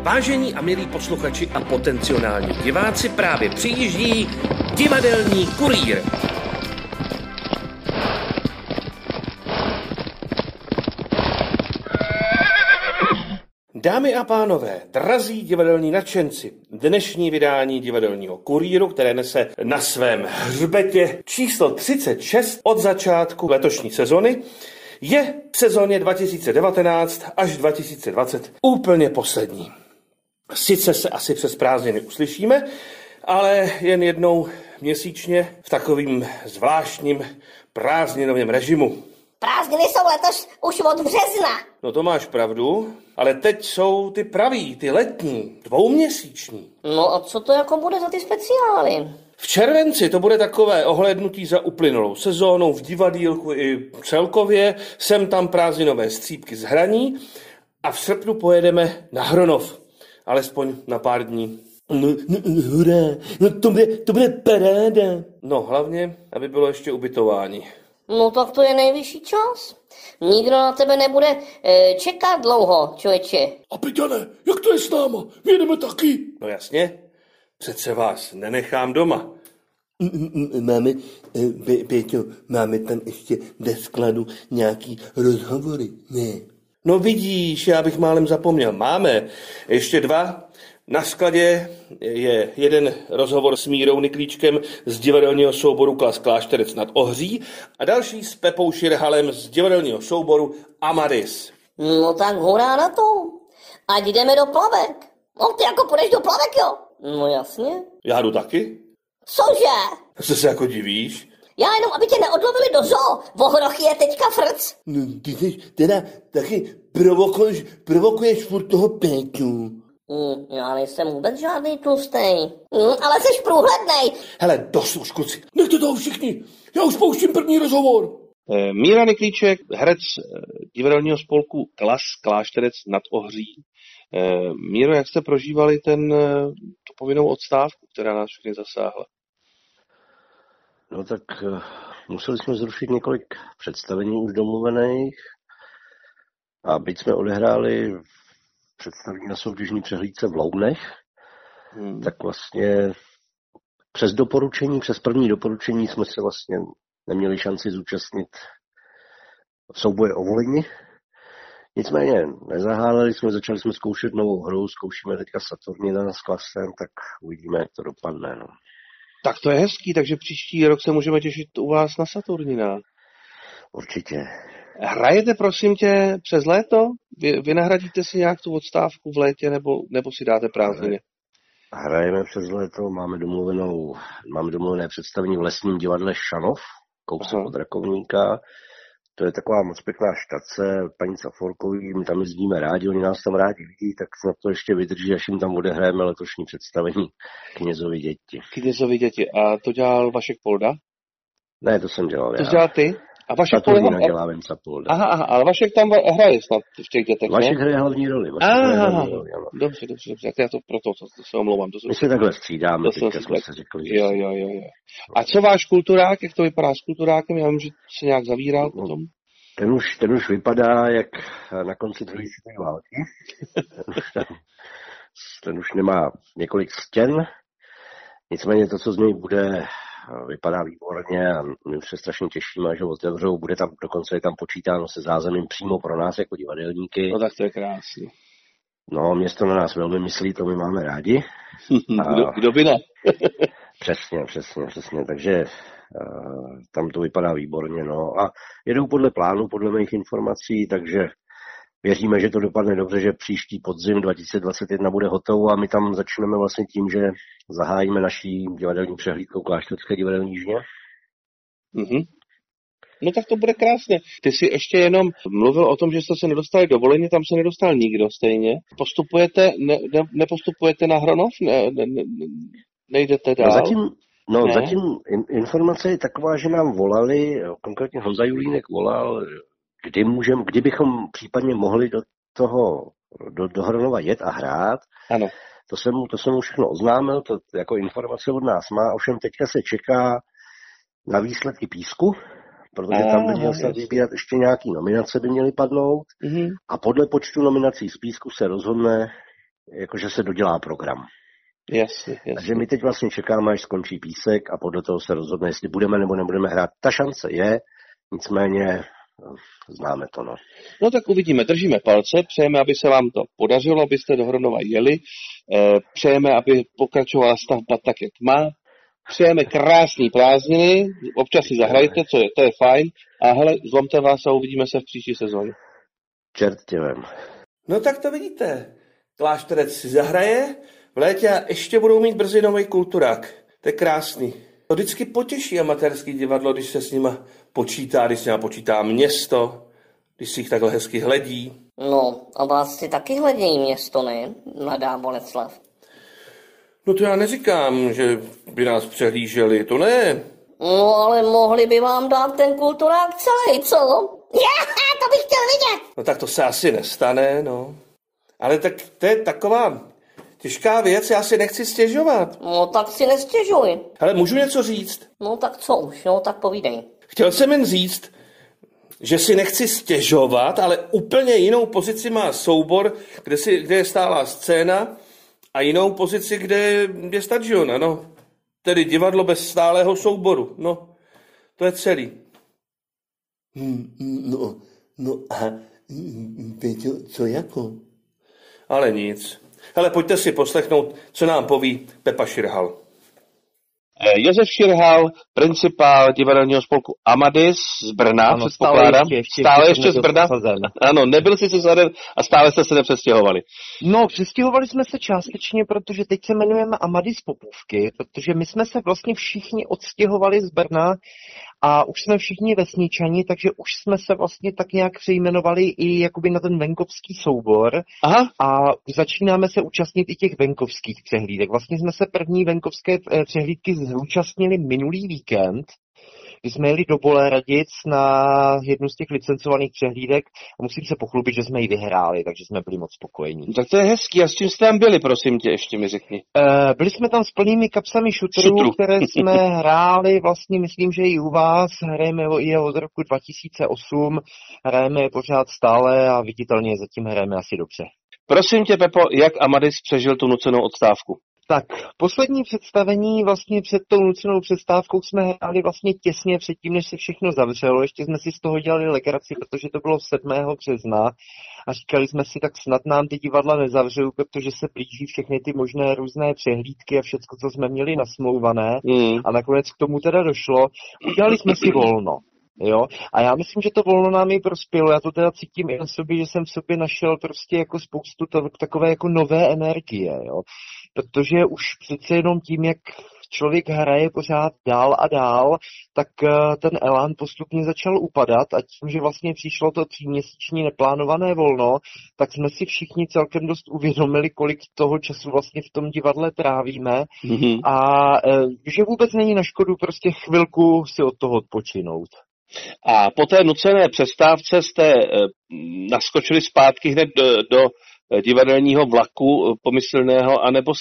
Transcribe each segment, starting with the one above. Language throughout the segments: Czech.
Vážení a milí posluchači a potenciální diváci, právě přijíždí Divadelní kurýr. Dámy a pánové, drazí divadelní nadšenci, dnešní vydání Divadelního kurýru, které nese na svém hřbetě číslo 36 od začátku letošní sezony, je v sezóně 2019 až 2020 úplně poslední. Sice se asi přes prázdniny uslyšíme, ale jen jednou měsíčně v takovým zvláštním prázdninovém režimu. Prázdniny jsou letos už od března. No to máš pravdu, ale teď jsou ty pravý, ty letní, dvouměsíční. No a co to jako bude za ty speciály? V červenci to bude takové ohlédnutí za uplynulou sezónou v divadýlku i celkově, sem tam prázdninové střípky z hraní a v srpnu pojedeme na Hronov, alespoň na pár dní. Hurá, to bude paráda. No hlavně, aby bylo ještě ubytování. No tak to je nejvyšší čas. Nikdo na tebe nebude čekat dlouho, člověče. A Peťane, jak to je s náma? My jedeme taky. No jasně, přece vás nenechám doma. Máme, Péťo, máme tam ještě ve skladu nějaký rozhovory, ne? No vidíš, já bych málem zapomněl. Máme ještě dva. Na skladě je jeden rozhovor s Mírou Niklíčkem z divadelního souboru Klas Klášterec nad Ohří a další s Pepou Širhalem z divadelního souboru Amadis. No tak hurá na to. Ať jdeme do Plavek. No ty jako půjdeš do Plavek, jo? No jasně. Já jdu taky? Cože? Co se jako divíš? Já jenom, aby tě neodlovili do zoo. Vohrochy je teďka frc. No, ty jsi teda taky provokuješ furt toho Péťu. Já nejsem vůbec žádný tlustej. Ale jsi průhlednej. Hele, dost už, kluci. Nechte toho všichni, já už pouštím první rozhovor. Míra Niklíček, herec divadelního spolku Klas Klášterec nad Ohří. Míro, jak jste prožívali tu povinnou odstávku, která nás všechny zasáhla? No tak museli jsme zrušit několik představení už domluvených a byť jsme odehráli představení na soutěžní přehlídce v Lounech, tak vlastně přes první doporučení jsme se vlastně neměli šanci zúčastnit v souboji o Volyni. Nicméně nezaháleli jsme, začali jsme zkoušet novou hru, zkoušíme teďka Saturnina s Klasem, tak uvidíme, jak to dopadne. No. Tak to je hezký, takže příští rok se můžeme těšit u vás na Saturnina. Určitě. Hrajete, prosím tě, přes léto? Vy nahradíte si nějak tu odstávku v létě, nebo si dáte prázdniny? Hrajeme přes léto, máme domluvené představení v Lesním divadle Šanov, kousek od Rakovníka. To je taková moc pěkná štace, paní Saforkový, my tam jezdíme rádi, oni nás tam rádi vidí, tak snad to ještě vydrží, až jim tam odehrajeme letošní představení Knězovi děti. Knězovi děti. A to dělal Vašek Polda? Ne, to jsem dělal já. To dělal ty? A Vašek Polda dělá Venca Polda. Aha, ale Vašek tam hraje snad v těch dětech, Vašek ne? hraje hlavní roli. Dobře. Já to se omlouvám. My se takhle střídáme, teďka jsme se řekli. Jo. A co váš kulturák, jak to vypadá s kulturákem? Já vím, že se nějak zavíral potom. Ten už vypadá jak na konci druhé světové války. Ten už nemá několik stěn. Nicméně to, co z něj bude, vypadá výborně a my už se strašně těšíme, že otevřou. Dokonce je tam počítáno se zázemím přímo pro nás jako divadelníky. No tak to je krásný. No, město na nás velmi myslí, to my máme rádi. Kdo by ne? Přesně. Takže tam to vypadá výborně. No. A jedou podle plánu, podle mých informací, takže věříme, že to dopadne dobře, že příští podzim 2021 bude hotovo a my tam začneme vlastně tím, že zahájíme naší divadelní přehlídkou Klášterské divadelní Jižně. No tak to bude krásně. Ty jsi ještě jenom mluvil o tom, že jste se nedostali do Volyně, tam se nedostal nikdo stejně. Nepostupujete na Hronov? Nejdete dál? Zatím informace je taková, že nám volali, konkrétně Honza Julínek volal, kdy bychom případně mohli do Hronova jet a hrát. Ano. To jsem mu všechno oznámil, to jako informace od nás má, ovšem teďka se čeká na výsledky Písku, protože tam by měl se vybírat ještě nějaký nominace by měly padnout a podle počtu nominací z Písku se rozhodne, jakože se dodělá program. Jasně. Takže my teď vlastně čekáme, až skončí Písek a podle toho se rozhodne, jestli budeme nebo nebudeme hrát. Ta šance je, nicméně známe to, no. No tak uvidíme, držíme palce, přejeme, aby se vám to podařilo, abyste do Hronova jeli, přejeme, aby pokračovala stavba tak, jak má, přejeme krásný prázdniny, občas si zahrajte, to je fajn, a hele, zlomte vás a uvidíme se v příští sezóně. Čert tě vem. No tak to vidíte, Klášterec si zahraje, v létě a ještě budou mít brzy nový kulturák, to je krásný. To vždycky potěší amatérský divadlo, když se s nima počítá, když se nima počítá město, když si jich takhle hezky hledí. No, a vás si taky hledějí město, ne? Mladá Boleslav. No to já neříkám, že by nás přehlíželi, to ne. No, ale mohli by vám dát ten kulturák celý, co? To bych chtěl vidět. No tak to se asi nestane, no. Ale tak to je taková těžká věc, já si nechci stěžovat. No, tak si nestěžuj. Ale můžu něco říct? No, tak co už, no, tak povídej. Chtěl jsem jen říct, že si nechci stěžovat, ale úplně jinou pozici má soubor, kde je stálá scéna, a jinou pozici, kde je stadion, no. Tedy divadlo bez stálého souboru, no. To je celý. No a Peťo, co jako? Ale nic. Hele, pojďte si poslechnout, co nám poví Pepa Širhal. Josef Širhal, principál divadelního spolku Amadis z Brna, ano, předpokládám. Stále ještě z Brna? Ano, nebyl jsi sesazen a stále jste se nepřestěhovali. No, přestěhovali jsme se částečně, protože teď se jmenujeme Amadis Popovky, protože my jsme se vlastně všichni odstěhovali z Brna a už jsme všichni vesničani, takže už jsme se vlastně tak nějak přejmenovali i jakoby na ten venkovský soubor. Aha. A začínáme se účastnit i těch venkovských přehlídek. Vlastně jsme se první venkovské přehlídky zúčastnili minulý víkend, kdy jsme jeli do Boleradic na jednu z těch licencovaných přehlídek a musím se pochlubit, že jsme ji vyhráli, takže jsme byli moc spokojení. Tak to je hezký. A s čím jste tam byli, prosím tě, ještě mi řekni. Byli jsme tam s plnými kapsami šutrů, které jsme hráli, vlastně myslím, že i u vás, hrajeme je od roku 2008, hrajeme je pořád stále a viditelně zatím hrajeme asi dobře. Prosím tě, Pepo, jak Amadis přežil tu nucenou odstávku? Tak, poslední představení vlastně před tou nucenou přestávkou jsme hráli vlastně těsně předtím, než se všechno zavřelo. Ještě jsme si z toho dělali legraci, protože to bylo 7. března a říkali jsme si, tak snad nám ty divadla nezavřou, protože se blíží všechny ty možné různé přehlídky a všecko, co jsme měli nasmlouvané. A nakonec k tomu teda došlo. Udělali jsme si volno. Jo? A já myslím, že to volno nám i prospělo. Já to teda cítím i na sobě, že jsem v sobě našel prostě jako spoustu takové jako nové energie, jo? Protože už přece jenom tím, jak člověk hraje pořád dál a dál, tak ten elán postupně začal upadat a tím, že vlastně přišlo to 3měsíční neplánované volno, tak jsme si všichni celkem dost uvědomili, kolik toho času vlastně v tom divadle trávíme a že vůbec není na škodu prostě chvilku si od toho odpočinout. A po té nucené přestávce jste naskočili zpátky hned do divadelního vlaku pomyslného,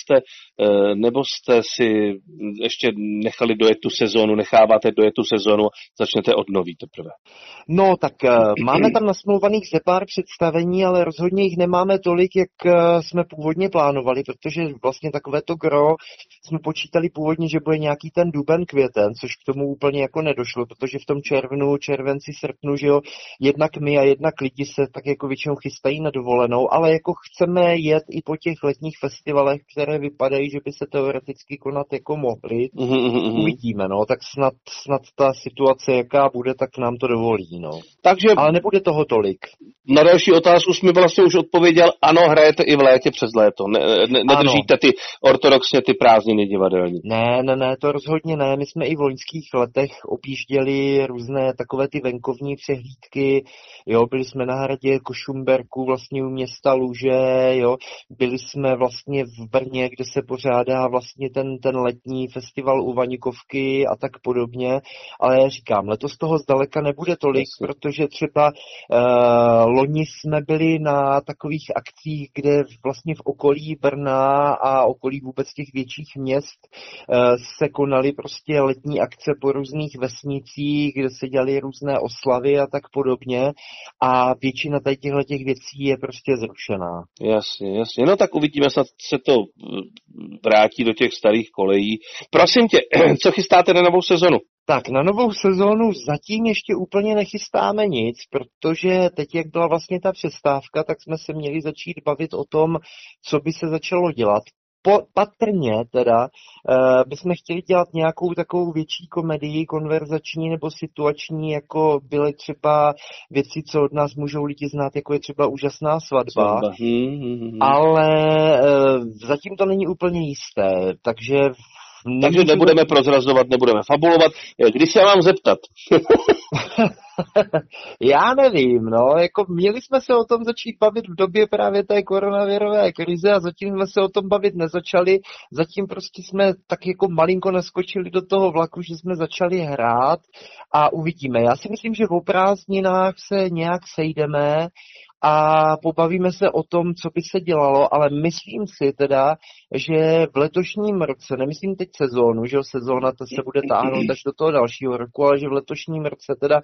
nebo jste si ještě nechali dojet tu sezónu, necháváte dojet tu sezónu, začnete od nový teprve? No, tak máme tam nasmluvaných ze pár představení, ale rozhodně jich nemáme tolik, jak jsme původně plánovali, protože vlastně takovéto gro jsme počítali původně, že bude nějaký ten duben, květen, což k tomu úplně jako nedošlo, protože v tom červenci, srpnu, že jo, jednak my a jednak lidi se tak jako většinou chystají na dovolenou, ale jako chceme jet i po těch letních festivalech, které vypadají, že by se teoreticky konat jako mohly. Uvidíme, no, tak snad ta situace, jaká bude, tak nám to dovolí, no. Takže, ale nebude toho tolik. Na další otázku jsme vlastně už odpověděl, ano, hrajete i v létě přes léto. Nedržíte ty ortodoxně ty prázdniny divadelní. Ne, to rozhodně ne. My jsme i v loňských letech objížděli různé takové ty venkovní přehlídky, jo, byli jsme na hradě Košumberku, vlastně u města Luže, jo, byli jsme vlastně v Brně, kde se pořádá vlastně ten letní festival u Vaníkovky a tak podobně, ale já říkám, letos toho zdaleka nebude tolik, protože třeba loni jsme byli na takových akcích, kde vlastně v okolí Brna a okolí vůbec těch větších měst se konaly prostě letní akce po různých vesnicích, kde se dělaly různé oslavy a tak podobně a většina těch věcí je prostě zrušená. Jasně. No tak uvidíme, snad se to vrátí do těch starých kolejí. Prosím tě, co chystáte na novou sezonu? Tak na novou sezónu zatím ještě úplně nechystáme nic, protože teď, jak byla vlastně ta přestávka, tak jsme se měli začít bavit o tom, co by se začalo dělat. Patrně teda bychom chtěli dělat nějakou takovou větší komedii, konverzační nebo situační, jako byly třeba věci, co od nás můžou lidi znát, jako je třeba Úžasná svatba. Ale zatím to není úplně jisté, takže nebudeme prozrazovat, nebudeme fabulovat. Kdy se mám zeptat? Já nevím, no, jako měli jsme se o tom začít bavit v době právě té koronavirové krize a zatím jsme se o tom bavit nezačali, zatím prostě jsme tak jako malinko naskočili do toho vlaku, že jsme začali hrát a uvidíme. Já si myslím, že o prázdninách se nějak sejdeme a pobavíme se o tom, co by se dělalo, ale myslím si teda, že v letošním roce, nemyslím teď sezónu, že sezóna to se bude táhnout až do toho dalšího roku, ale že v letošním roce teda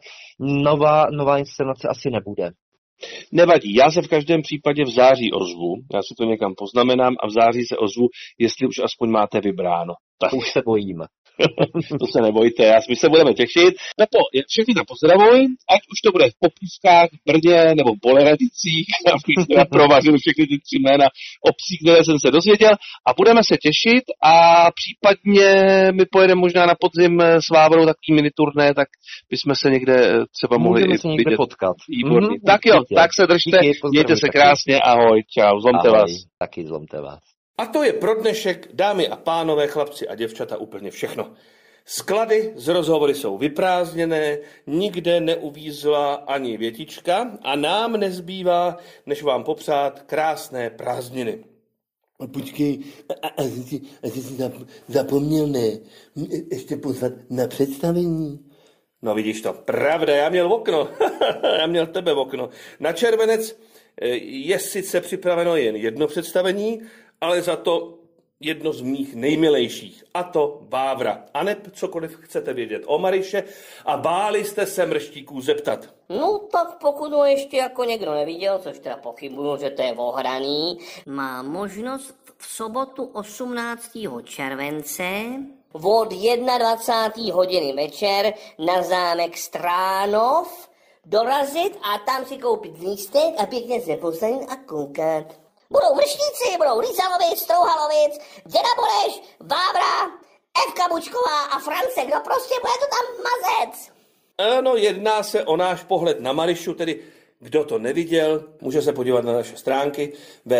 nová inscenace asi nebude. Nevadí, já se v každém případě v září ozvu, já si to někam poznamenám a v září se ozvu, jestli už aspoň máte vybráno. Tak. Už se bojím. To se nebojte, my se budeme těšit. Pepo, všechny tam pozdravuj, ať už to bude v Popískách, v Brně nebo v Poleradicích, abych teda provařil všechny ty 3 jména obcí, které jsem se dozvěděl a budeme se těšit a případně my pojedeme možná na podzim s Vávrou takový miniturné, tak bychom se někde třeba mohli i vidět. Potkat. Výborný. Tak jo, tak se držte, mějte se krásně, ahoj, čau, zlomte ahoj, vás. Taky zlomte vás. A to je pro dnešek, dámy a pánové, chlapci a děvčata, úplně všechno. Sklady z rozhovory jsou vyprázdněné, nikde neuvízla ani větička a nám nezbývá, než vám popřát krásné prázdniny. Počkej, a ty jsi zapomněl, ne? Ještě pozvat na představení. No vidíš to, pravda, já měl okno, já měl tebe okno. Na červenec je sice připraveno jen jedno představení, ale za to jedno z mých nejmilejších, a to Vávra. A ne cokoliv chcete vědět o Maryše a báli jste se mrštíků zeptat. No tak pokud ho ještě jako někdo neviděl, což teda pochybuju, že to je ohraný, má možnost v sobotu 18. července od 21. hodiny večer na zámek Stránov dorazit a tam si koupit lístek a pěkně se posadit a koukat. Budou mrštíci, budou Lízalovic, Strouhalovic, Děda Boreš, Vávra, Evka Bučková a Francek, no prostě bude to tam mazec. Ano, jedná se o náš pohled na Maryšu, tedy kdo to neviděl, může se podívat na naše stránky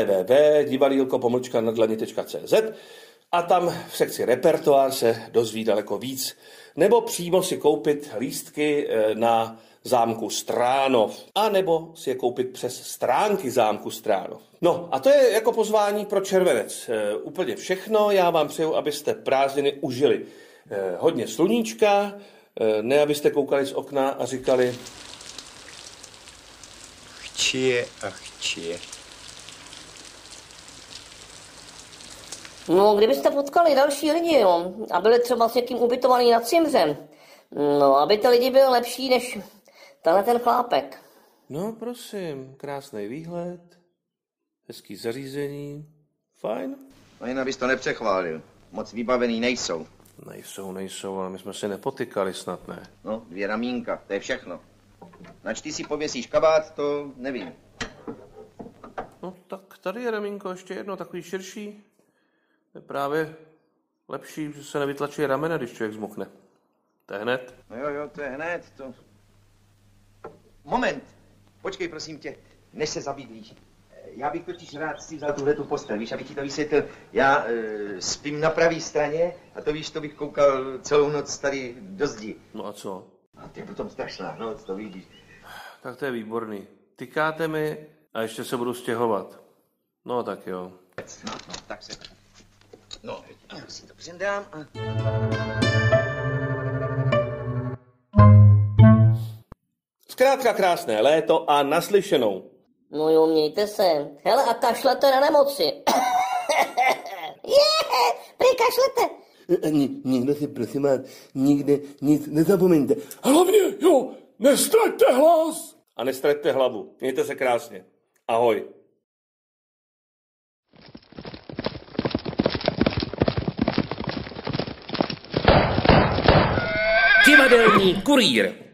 www.divadýlko-nadlani.cz a tam v sekci repertoár se dozví daleko víc. Nebo přímo si koupit lístky na zámku Stránov, a nebo si je koupit přes stránky zámku Stránov. No a to je jako pozvání pro červenec. Úplně všechno, já vám přeju, abyste prázdniny užili. Hodně sluníčka, ne abyste koukali z okna a říkali chčije a chčije. No, kdybyste potkali další lidi, jo, a byli třeba s někým ubytovaný nad Cimřem, no, aby ty lidi byli lepší než ten chlápek. No, prosím, krásný výhled, hezký zařízení, fajn. No jen abys to nepřechválil, moc vybavený nejsou. Nejsou, ale my jsme se nepotykali snad, ne? No, 2 ramínka, to je všechno. Nač ty si pověsíš kabát, to nevím. No, tak tady je ramínko, ještě jedno, takový širší. Je právě lepší, že se nevytlačí ramena, když člověk zmokne. To je hned. No jo, to je hned, to... Moment, počkej prosím tě, než se zabydlíš. Já bych totiž rád si vzal tuhletu postel, víš, abych ti to vysvětlil. Já spím na pravé straně a to víš, to bych koukal celou noc tady do zdi. No a co? A to je potom strašná noc, to vidíš. Tak to je výborný. Tykáte mi a ještě se budu stěhovat. No tak jo. No, tak se... No, já si to přendám a... Zkrátka krásné léto a naslyšenou. No jo, mějte se. Hele, a kašlete na nemoci. Prý kašlete. Nikdo si prosím vás nikde nic nezapomeňte. Hlavně, jo, nestraťte hlas. A nestraťte hlavu. Mějte se krásně. Ahoj. Divadelní kurýr.